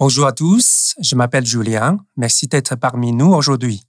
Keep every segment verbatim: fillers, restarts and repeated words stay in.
Bonjour à tous, je m'appelle Julien. Merci d'être parmi nous aujourd'hui.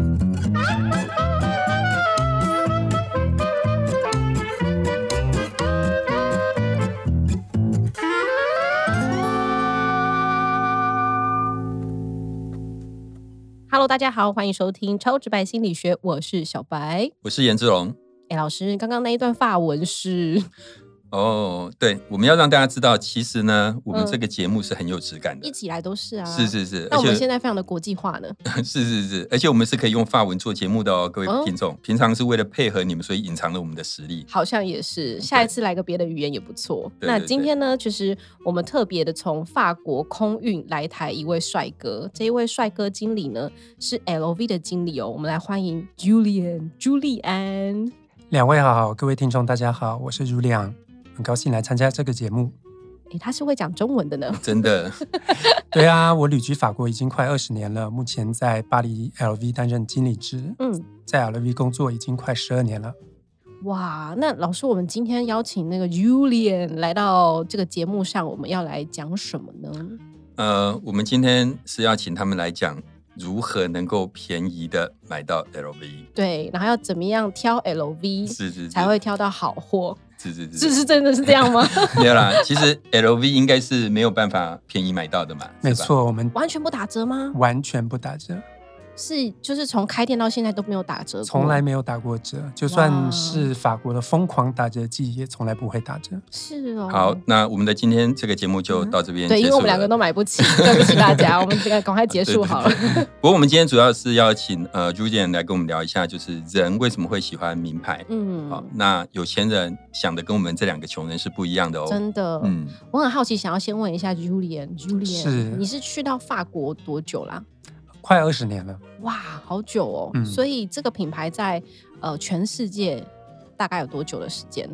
Hello， 大家好，欢迎收听超直白心理学，我是小白， 我是颜志龙。 哎，老师，刚刚那一段法文是？ 哦，对，我们要让大家知道，其实呢，我们这个节目是很有质感的， 一直以来都是啊， 是是是。 那我们现在非常的国际化呢， 是是是，而且我们是可以用法文做节目的哦，各位听众。哦、平常是为了配合你们，所以隐藏了我们的实力。 好像也是，下一次来个别的语言也不错。那今天呢，其实我们特别的从法国空运来台一位帅哥，这一位帅哥经理呢是 L V 的经理哦，我们来欢迎 Julien 朱利安。 两位好，各位听众大家好，我是 Julien。很高兴来参加这个节目。 欸、他是会讲中文的呢， 真的。 对啊，我旅居法国已经快二十年了，目前在巴黎 L V 担任经理职。嗯，在 L V 工作已经快十二年了。 哇，那老师，我们今天邀请那个 Julien 来到这个节目上，我们要来讲什么呢？ 呃，我们今天是要请他们来讲如何能够便宜的买到 L V。 对，然后要怎么样挑 L V， 是是是， 才会挑到好货。 是是是， 是是真的是这样吗？ 没有啦，其实 L V 应该是没有办法便宜买到的嘛。 没错，我们完全不打折吗？ 完全不打折。 是，就是从开店到现在都没有打折过， 从来没有打过折，就算是法国的疯狂打折季也从来不会打折。 是哦。 好，那我们的今天这个节目就到这边结束了、嗯、 对，因为我们两个都买不起，对不起大家，我们这个赶快结束好了。对对对， 不过我们今天主要是要请呃 Julien 来跟我们聊一下，就是人为什么会喜欢名牌。嗯，好，那有钱人想的跟我们这两个穷人是不一样的哦。 真的，嗯，我很好奇，想要先问一下 Julien，Julien， 是， 你是去到法国多久啦？ 快二十年了， 哇，好久哦！嗯、所以这个品牌在呃全世界大概有多久的时间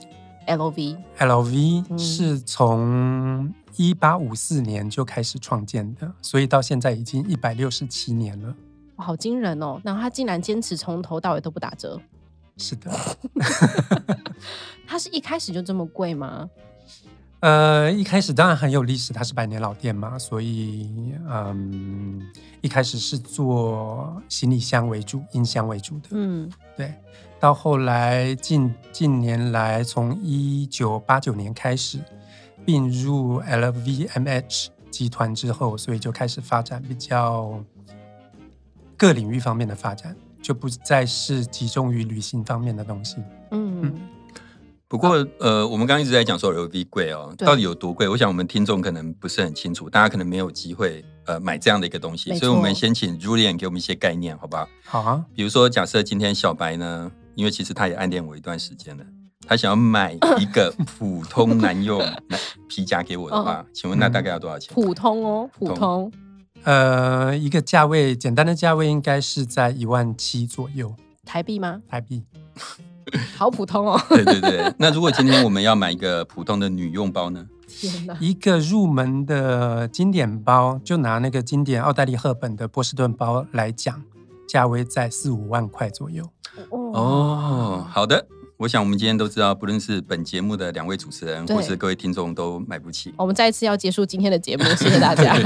？L V，L V 是从一八五四年就开始创建的，所以到现在已经一百六十七年了。 哇，好惊人哦！然后他竟然坚持从头到尾都不打折。 是的， 他是一开始就这么贵吗？ 呃，一开始当然很有历史，它是百年老店嘛，所以嗯，一开始是做行李箱为主、音箱为主的，嗯，对。到后来近近年来，从一九八九年开始并入 L V M H 集团之后，所以就开始发展比较各领域方面的发展，就不再是集中于旅行方面的东西，嗯。嗯， 不过，呃，我们刚刚一直在讲说 L V 贵哦，到底有多贵？我想我们听众可能不是很清楚，大家可能没有机会呃买这样的一个东西，所以我们先请 Julien 给我们一些概念，好不好？ 好啊。 比如说，假设今天小白呢，因为其实他也暗恋我一段时间了，他想要买一个普通男用皮夹给我的话，请问那大概要多少钱？ 普通哦，普通。 呃，一个价位，简单的价位应该是在一万七左右。 台币吗？ 台币。 好普通哦。 对对对，那如果今天我们要买一个普通的女用包呢？ 天哪！ 一个入门的经典包，就拿那个经典奥黛丽·赫本的波士顿包来讲，价位在四五万块左右。 哦，好的。我想我们今天都知道，不论是本节目的两位主持人，或是各位听众，都买不起。 我们再一次要结束今天的节目，谢谢大家。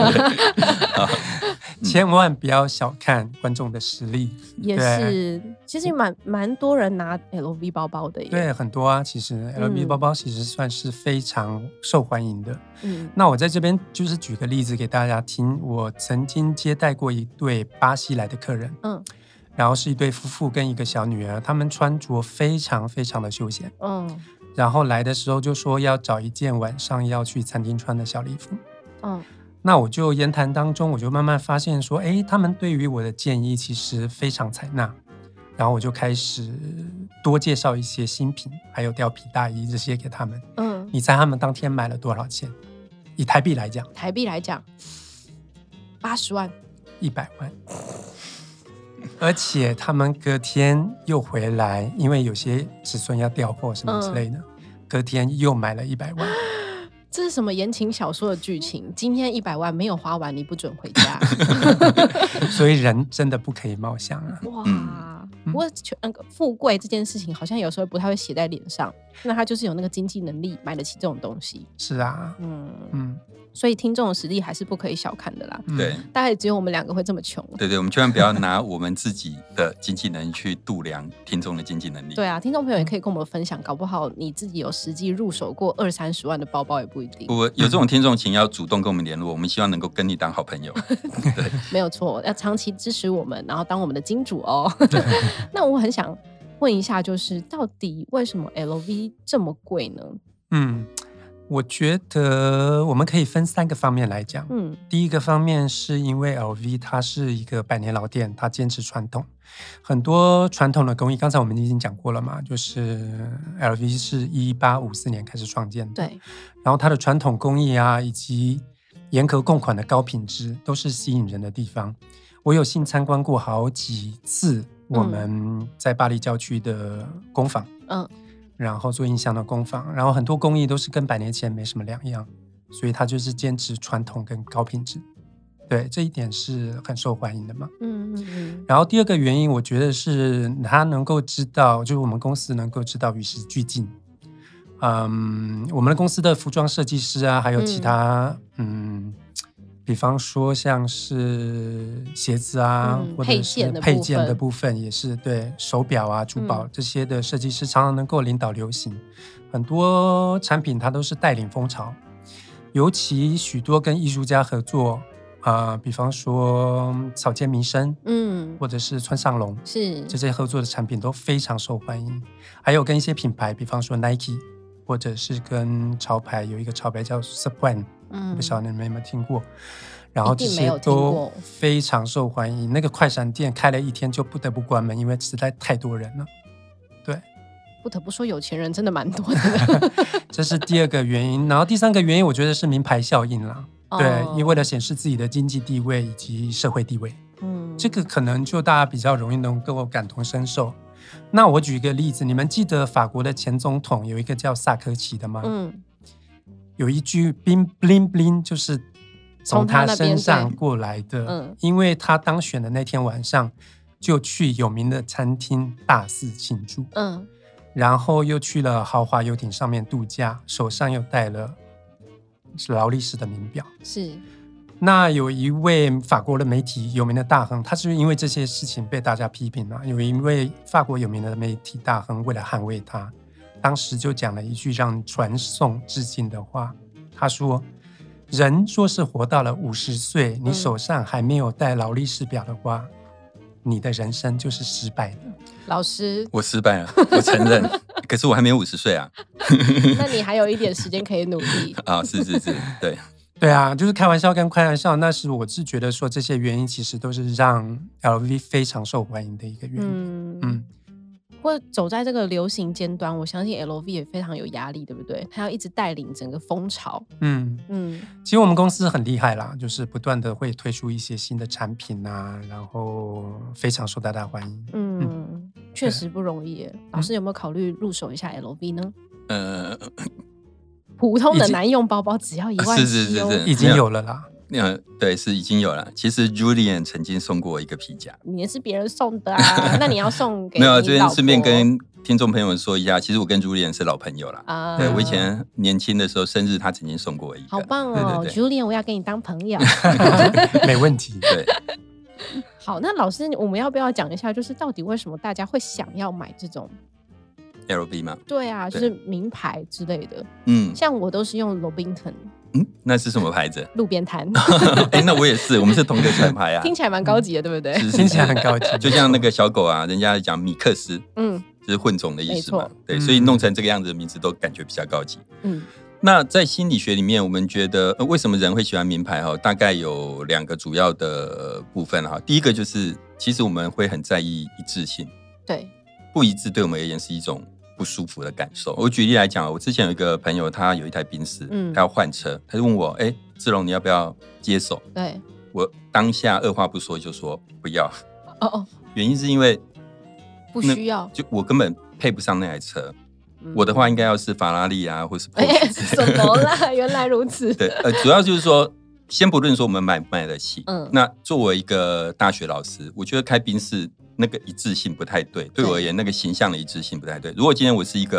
千万不要小看观众的实力。 也是，其实蛮蛮多人拿 L V 包包的耶。 对，很多啊。其实 L V 包包其实算是非常受欢迎的。嗯，那我在这边就是举个例子给大家听。我曾经接待过一对巴西来的客人，嗯，然后是一对夫妇跟一个小女儿，他们穿着非常非常的休闲，嗯，然后来的时候就说要找一件晚上要去餐厅穿的小礼服，嗯。那我就言谈当中，我就慢慢发现说，哎，他们对于我的建议其实非常采纳，然后我就开始多介绍一些新品，还有貂皮大衣这些给他们。嗯，你猜他们当天买了多少钱？以台币来讲， 台币来讲，八十万， 一百万。而且他们隔天又回来，因为有些尺寸要调货什么之类的，嗯、隔天又买了一百万。 这是什么言情小说的剧情？今天一百万没有花完，你不准回家。 所以人真的不可以貌相啊！ 哇，嗯、不过那个富贵这件事情，好像有时候不太会写在脸上。那他就是有那个经济能力买得起这种东西。 是啊，嗯嗯。 所以听众的实力还是不可以小看的啦。 对， 大概只有我们两个会这么穷。 对对，我们千万不要拿我们自己的经济能力去度量听众的经济能力。 对啊，听众朋友也可以跟我们分享，搞不好你自己有实际入手过二三十万的包包也不一定。 不，有这种听众请要主动跟我们联络，我们希望能够跟你当好朋友。对， 没有错，要长期支持我们，然后当我们的金主哦。那我很想问一下，就是到底为什么 L V 这么贵呢？ 嗯。我觉得我们可以分三个方面来讲。嗯，第一个方面是因为 L V 它是一个百年老店，它坚持传统，很多传统的工艺，刚才我们已经讲过了嘛，就是 L V 是一八五四年开始创建的， 对， 然后它的传统工艺啊，以及严格控管的高品质，都是吸引人的地方。我有幸参观过好几次我们在巴黎郊区的工坊，嗯。然后做印象的工坊，然后很多工艺都是跟百年前没什么两样，所以它就是坚持传统跟高品质，对，这一点是很受欢迎的嘛。嗯嗯嗯。然后第二个原因，我觉得是他能够知道，就是我们公司能够知道与时俱进。嗯，我们的公司的服装设计师啊，还有其他嗯。嗯比方说像是鞋子啊，嗯、或者是配件的部分，也是对手表啊、珠宝、嗯、这些的设计师常常能够领导流行。很多产品它都是带领风潮，尤其许多跟艺术家合作啊、呃，比方说草间弥生，嗯，或者是村上隆， 是这些合作的产品都非常受欢迎。还有跟一些品牌，比方说 Nike， 或者是跟潮牌，有一个潮牌叫 Supreme。嗯，不晓得你们有没有听过？然后这些都非常受欢迎。那个快闪店开了一天就不得不关门，因为实在太多人了。对， 不得不说有钱人真的蛮多的。 这是第二个原因。然后第三个原因，我觉得是名牌效应啦。哦、对，因为为了显示自己的经济地位以及社会地位，嗯，这个可能就大家比较容易能够感同身受。那我举一个例子，你们记得法国的前总统有一个叫萨科齐的吗？嗯。有一句 bling bling bling 就是从他身上过来的，嗯、因为他当选的那天晚上就去有名的餐厅大肆庆祝，嗯，然后又去了豪华游艇上面度假，手上又戴了劳力士的名表。 是， 那有一位法国的媒体有名的大亨，他是因为这些事情被大家批评了。有一位法国有名的媒体大亨为了捍卫他，当时就讲了一句让传颂至今的话，他说：人若是活到了五十岁，你手上还没有戴劳力士表的话，你的人生就是失败的。 老师， 我失败了，我承认。可是我还没有五十岁啊。 那你还有一点时间可以努力啊！是是是，对对啊，就是开玩笑跟开玩笑。那是我是觉得说这些原因其实都是让 L V 非常受欢迎的一个原因。嗯嗯。 或者走在这个流行尖端，我相信 L V 也非常有压力，对不对？他要一直带领整个风潮。嗯嗯，其实我们公司很厉害啦，就是不断的会推出一些新的产品啊，然后非常受大家欢迎。 嗯，确、嗯、实不容易。老师有没有考虑入手一下 L V 呢？呃，普通的男用包包只要一万七、哦， 是是是是， 已经有了啦。 嗯，对，是已经有了。其实 Julien 曾经送过我一个皮夹， 你是别人送的啊？那你要送给你没有？这边顺便跟听众朋友们说一下，其实我跟 Julien 是老朋友啦。啊，对，我以前年轻的时候生日，他曾经送过我一个， 好棒哦 ！Julien， 我要跟你当朋友， 没问题。 对， 好，那老师，我们要不要讲一下，就是到底为什么大家会想要买这种 L V 吗？ 对啊，就是名牌之类的。嗯，像我都是用 Lobington。 嗯，那是什么牌子？ 路边摊。 哎、欸，那我也是，我们是同一个品牌啊。 听起来蛮高级的，对不对？ 听起来很高级， 就像那个小狗啊，人家讲米克斯，嗯，就是混种的意思嘛。对，所以弄成这个样子的名字都感觉比较高级。嗯，那在心理学里面，我们觉得、呃、为什么人会喜欢名牌哈？大概有两个主要的部分哈。第一个就是，其实我们会很在意一致性。 对， 不一致对我们而言是一种不舒服的感受。我举例来讲，我之前有一个朋友，他有一台宾士，嗯，他要换车，他就问我，哎、欸，志龙你要不要接手？ 对， 我当下二话不说就说不要。 哦哦， 原因是因为不需要， 就我根本配不上那台车。嗯、我的话应该要是法拉利啊，或是 Porsche 之类的。什么啦？原来如此。 对，呃，主要就是说，先不论说我们买不买得起，嗯，那作为一个大学老师，我觉得开宾士那个一致性不太对，对我而言那个形象的一致性不太对。如果今天我是一个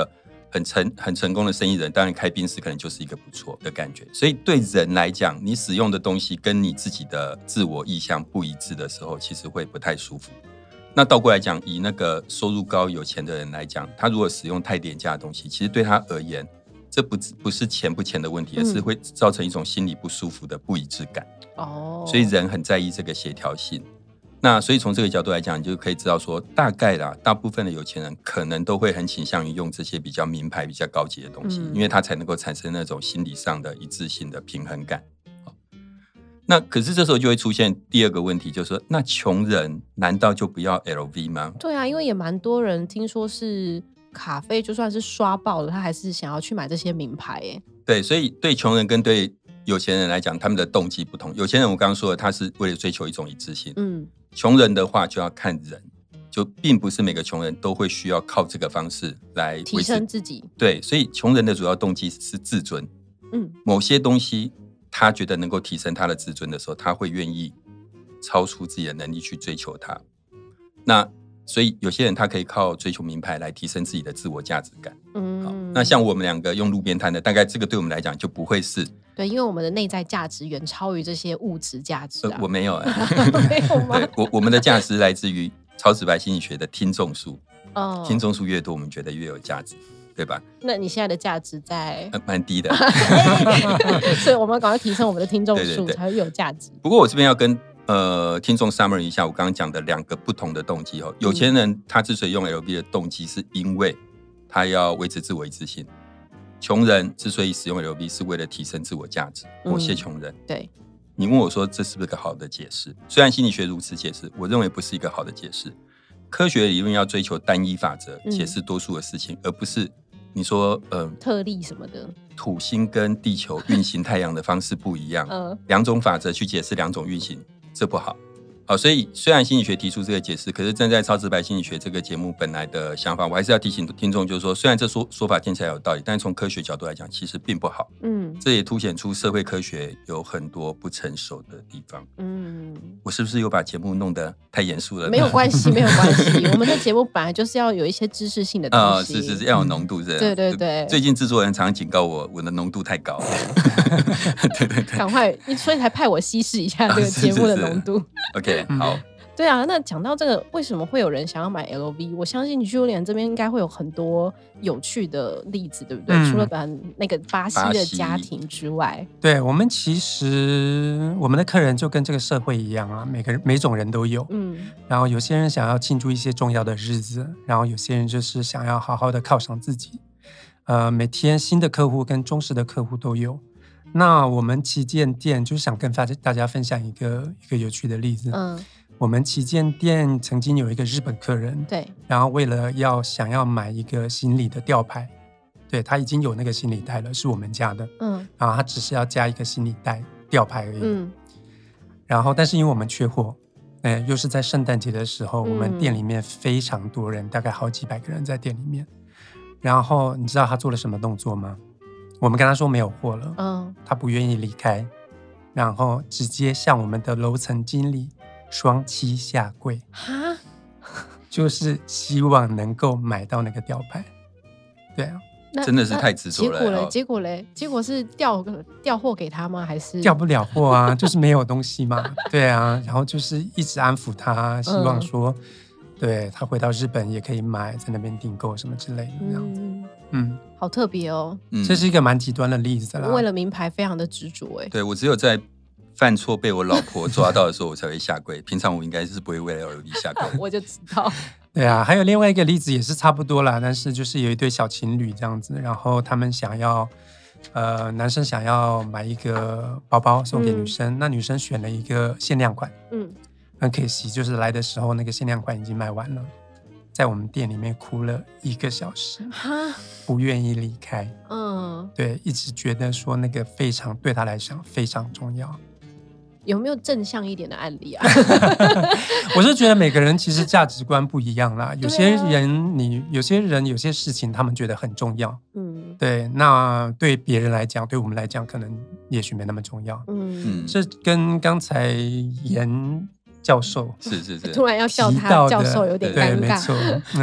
很成很成功的生意人，当然开宾士可能就是一个不错的感觉。所以对人来讲，你使用的东西跟你自己的自我意向不一致的时候，其实会不太舒服。那倒过来讲，以那个收入高有钱的人来讲，他如果使用太廉价的东西，其实对他而言，这不不是钱不钱的问题，而是会造成一种心理不舒服的不一致感。哦，所以人很在意这个协调性。那所以从这个角度来讲，你就可以知道说，大概啦，大部分的有钱人可能都会很倾向于用这些比较名牌、比较高级的东西，嗯、因为他才能够产生那种心理上的一致性的平衡感。那可是这时候就会出现第二个问题，就是说，那穷人难道就不要 L V 吗？ 对啊，因为也蛮多人听说是卡费就算是刷爆了，他还是想要去买这些名牌耶。 对，所以对穷人跟对有钱人来讲，他们的动机不同。有钱人我刚刚说了，他是为了追求一种一致性。嗯，穷人的话就要看人，就并不是每个穷人都会需要靠这个方式来提升自己。 对，所以穷人的主要动机是自尊。嗯，某些东西他觉得能够提升他的自尊的时候，他会愿意超出自己的能力去追求它。那所以有些人他可以靠追求名牌来提升自己的自我价值感。嗯，好，那像我们两个用路边摊的，大概这个对我们来讲就不会是。 对，因为我们的内在价值远超于这些物质价值、啊呃。我没有、欸， 没有吗？ 对，我我们的价值来自于超直白心理学的听众数。哦，听众数越多，我们觉得越有价值。对吧？ 那你现在的价值在蛮、呃、低的， 所以我们要赶快提升我们的听众数，才会有价值。 不过我这边要跟呃听众 summary 一下我刚刚讲的两个不同的动机哦。有钱人他之所以用 L V 的动机，是因为他要维持自我一致性；穷人之所以使用 L V 是为了提升自我价值。某些穷人， 嗯、对你问我说这是不是个好的解释？虽然心理学如此解释，我认为不是一个好的解释。科学理论要追求单一法则，解释多数的事情，嗯、而不是。你说，呃， 特例什么的， 土星跟地球运行太阳的方式不一样，嗯，两种法则去解释两种运行，这不好。好，所以虽然心理学提出这个解释，可是站在超直白心理学这个节目本来的想法，我还是要提醒听众，就是说，虽然这说说法听起来有道理，但是从科学角度来讲，其实并不好。嗯，这也凸显出社会科学有很多不成熟的地方。嗯，我是不是又把节目弄得太严肃了？ 没有关系，没有关系。我们的节目本来就是要有一些知识性的东西， 呃、是是是，要有浓度，是、嗯。 对对对。 最近制作人常常警告我，我的浓度太高了。对对对， 赶快，所以才派我稀释一下这个节目的浓度。 啊、是是是 OK， 好。 对啊，那讲到这个，为什么会有人想要买 L V？ 我相信Julian这边应该会有很多有趣的例子，对不对？嗯、除了那个巴西的家庭之外， 对我们其实我们的客人就跟这个社会一样啊，每个人每种人都有。嗯，然后有些人想要庆祝一些重要的日子，然后有些人就是想要好好的犒赏自己。呃，每天新的客户跟忠实的客户都有。那我们旗舰店就是想跟大家分享一个一个有趣的例子。嗯。我们旗舰店曾经有一个日本客人， 对， 然后为了要想要买一个行李的吊牌，对，他已经有那个行李袋了，是我们家的，嗯，然后他只是要加一个行李袋吊牌而已，嗯，然后但是因为我们缺货，哎，又是在圣诞节的时候，嗯、我们店里面非常多人，大概好几百个人在店里面，然后你知道他做了什么动作吗？我们跟他说没有货了，嗯，他不愿意离开，然后直接向我们的楼层经理双膝下跪，哈，就是希望能够买到那个吊牌。对啊， 真的是太执着了。 结果嘞，结果嘞，结果是调调货给他吗？还是调不了货啊？就是没有东西嘛。对啊，然后就是一直安抚他，希望说，嗯、对他回到日本也可以买，在那边订购什么之类的这样子。嗯， 嗯好特别哦。 这是一个蛮极端的例子啦。 为了名牌非常的执着哎。 对，我只有在犯错被我老婆抓到的时候，我才会下跪。平常我应该是不会为了 L V 下跪。 我就知道。 对啊，还有另外一个例子也是差不多啦，但是就是有一对小情侣这样子，然后他们想要，呃，男生想要买一个包包送给女生，嗯、那女生选了一个限量款，嗯，很可惜，就是来的时候那个限量款已经卖完了，在我们店里面哭了一个小时，哈，不愿意离开，嗯，对，一直觉得说那个非常对他来讲非常重要。 有没有正向一点的案例啊？ 我是觉得每个人其实价值观不一样啦，有些人你有些人有些事情他们觉得很重要，嗯，对，那对别人来讲，对我们来讲，可能也许没那么重要，嗯，这跟刚才严教授是是是突然要叫他教授有点尴尬， 对，没错，嗯，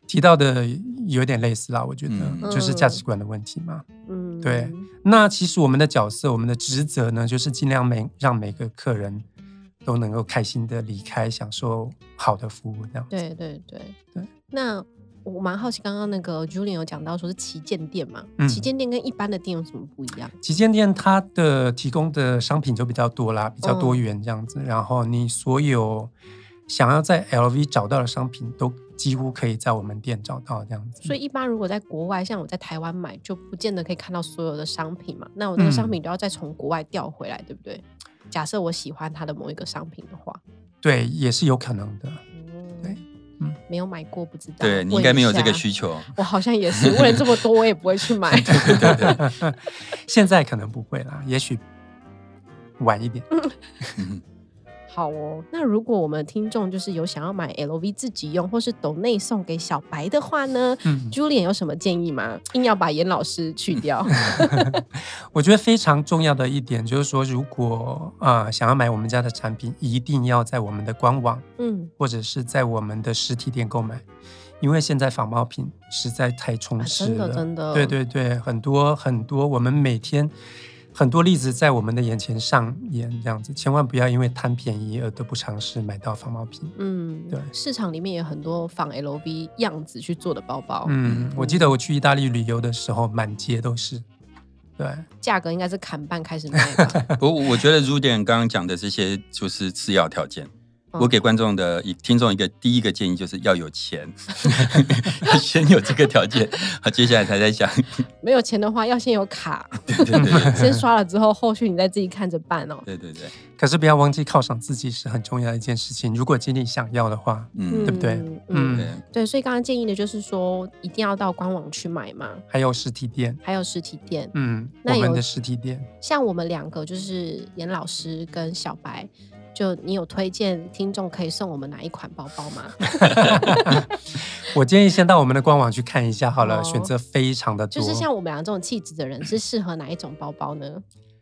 提到的有点类似啦，我觉得、嗯、就是价值观的问题嘛。嗯，对。那其实我们的角色，我们的职责呢，就是尽量每让每个客人都能够开心的离开，享受好的服务这样子。 对对对对。那我蛮好奇，刚刚那个 Julian 有讲到说是旗舰店嘛，嗯、旗舰店跟一般的店有什么不一样？ 旗舰店它的提供的商品就比较多啦，比较多元这样子，嗯、然后你所有想要在 L V 找到的商品都几乎可以在我们店找到这样子。 所以一般如果在国外，像我在台湾买，就不见得可以看到所有的商品嘛。那我那个商品都要再从国外调回来，嗯、对不对？假设我喜欢它的某一个商品的话， 对，也是有可能的。嗯、对。 嗯、没有买过不知道， 对你应该没有这个需求。 我好像也是，为了这么多我也不会去买。 对对对对现在可能不会啦，也许晚一点。 嗯好哦，那如果我们听众就是有想要买 L V 自己用，或是抖内送给小白的话呢、嗯、Julian 有什么建议吗？硬要把严老师去掉。 我觉得非常重要的一点就是说，如果、呃、想要买我们家的产品，一定要在我们的官网、嗯、或者是在我们的实体店购买，因为现在仿冒品实在太充斥了、啊、真的真的，对对对，很多很多，我们每天很多例子在我们的眼前上演，这样子千万不要因为贪便宜而得不偿失买到仿冒品。嗯，对， 市场里面有很多仿 L V 样子去做的包包。 嗯，我记得我去意大利旅游的时候，满街都是。对， 价格应该是砍半开始卖吧。 不过我觉得Julian刚刚讲的这些就是次要条件。我给观众的听众一个第一个建议就是要有钱，先有这个条件，接下来才在想。 没有钱的话，要先有卡。 对对 对, 对， 先刷了之后，后续你再自己看着办哦。 对对对。 可是不要忘记犒赏自己是很重要的一件事情。如果今天想要的话，嗯，对不对？ 嗯，嗯对。所以刚刚建议的就是说，一定要到官网去买嘛。 还有实体店， 还有实体店。 嗯，那我们的实体店， 像我们两个就是严老师跟小白。就你有推荐听众可以送我们哪一款包包吗？ 我建议先到我们的官网去看一下好了，哦、选择非常的多。 就是像我们俩这种气质的人，是适合哪一种包包呢？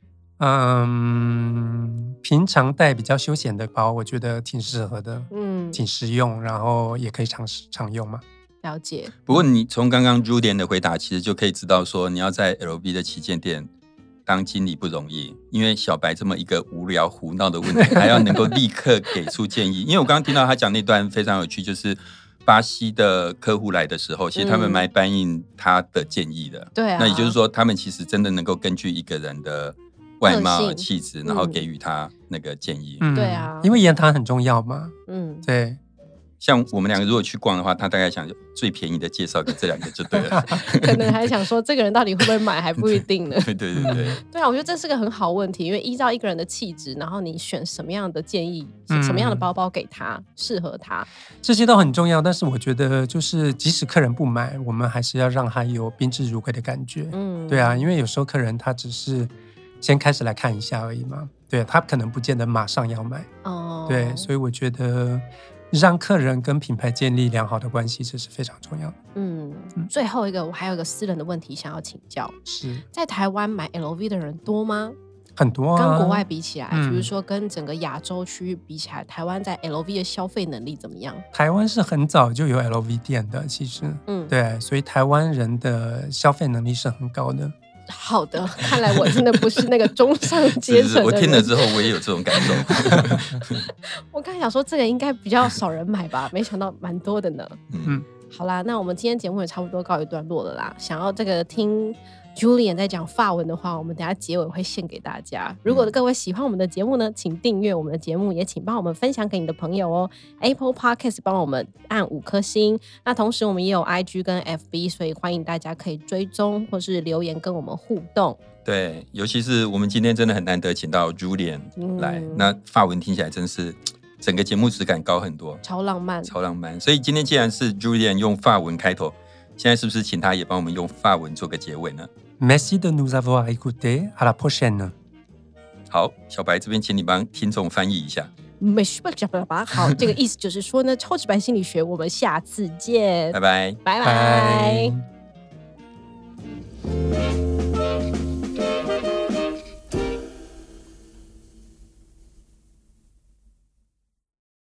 嗯，平常带比较休闲的包，我觉得挺适合的，嗯，挺实用，然后也可以常常用嘛。 了解。 不过你从刚刚 Julian 的回答，其实就可以知道说，你要在 L V 的旗舰店当经理不容易，因为小白这么一个无聊胡闹的问题，还要能够立刻给出建议。因为我刚刚听到他讲那段非常有趣，就是巴西的客户来的时候，其实他们蛮反映他的建议的。 对、嗯、啊， 那也就是说，他们其实真的能够根据一个人的外貌气质，然后给予他那个建议。 嗯，对啊， 因为言谈很重要嘛。嗯，对。 像我们两个如果去逛的话，他大概想最便宜的介绍给这两个就对了。 可能还想说这个人到底会不会买还不一定呢。 对对对对。 对啊，我觉得这是个很好问题，因为依照一个人的气质，然后你选什么样的建议、嗯、什么样的包包给他适合他， 这些都很重要。但是我觉得就是即使客人不买，我们还是要让他有宾至如归的感觉。嗯，对啊，因为有时候客人他只是先开始来看一下而已嘛，对，他可能不见得马上要买。哦，对，所以我觉得让客人跟品牌建立良好的关系，这是非常重要的。嗯， 最后一个，我还有一个私人的问题想要请教， 是在台湾买 L V 的人多吗？ 很多啊， 跟国外比起来，嗯、比如说跟整个亚洲区域比起来，台湾在 L V 的消费能力怎么样？ 台湾是很早就有 L V 店的，其实，嗯，对，所以台湾人的消费能力是很高的。 好的，看来我真的不是那个中上阶层的人。 是是，我听了之后我也有这种感受。 我刚才想说这个应该比较少人买吧，没想到蛮多的呢。嗯，好啦，那我们今天节目也差不多告一段落了啦。想要这个听Julian 在讲法文的话，我们等一下结尾会献给大家。如果各位喜欢我们的节目呢，请订阅我们的节目，也请帮我们分享给你的朋友哦。Apple Podcast 帮我们按五颗星。那同时我们也有 I G 跟 F B， 所以欢迎大家可以追踪或是留言跟我们互动。 对，尤其是我们今天真的很难得请到 Julian 来，嗯、那法文听起来真是整个节目质感高很多， 超浪漫， 超浪漫。所以今天既然是 Julian 用法文开头，现在是不是请他也帮我们用法文做个结尾呢？ Merci de nous avoir écoutés. À la prochaine. 好，小白这边请你帮听众翻译一下。 好，这个意思就是说呢，超直白心理学，我们下次见， 拜拜， 拜拜。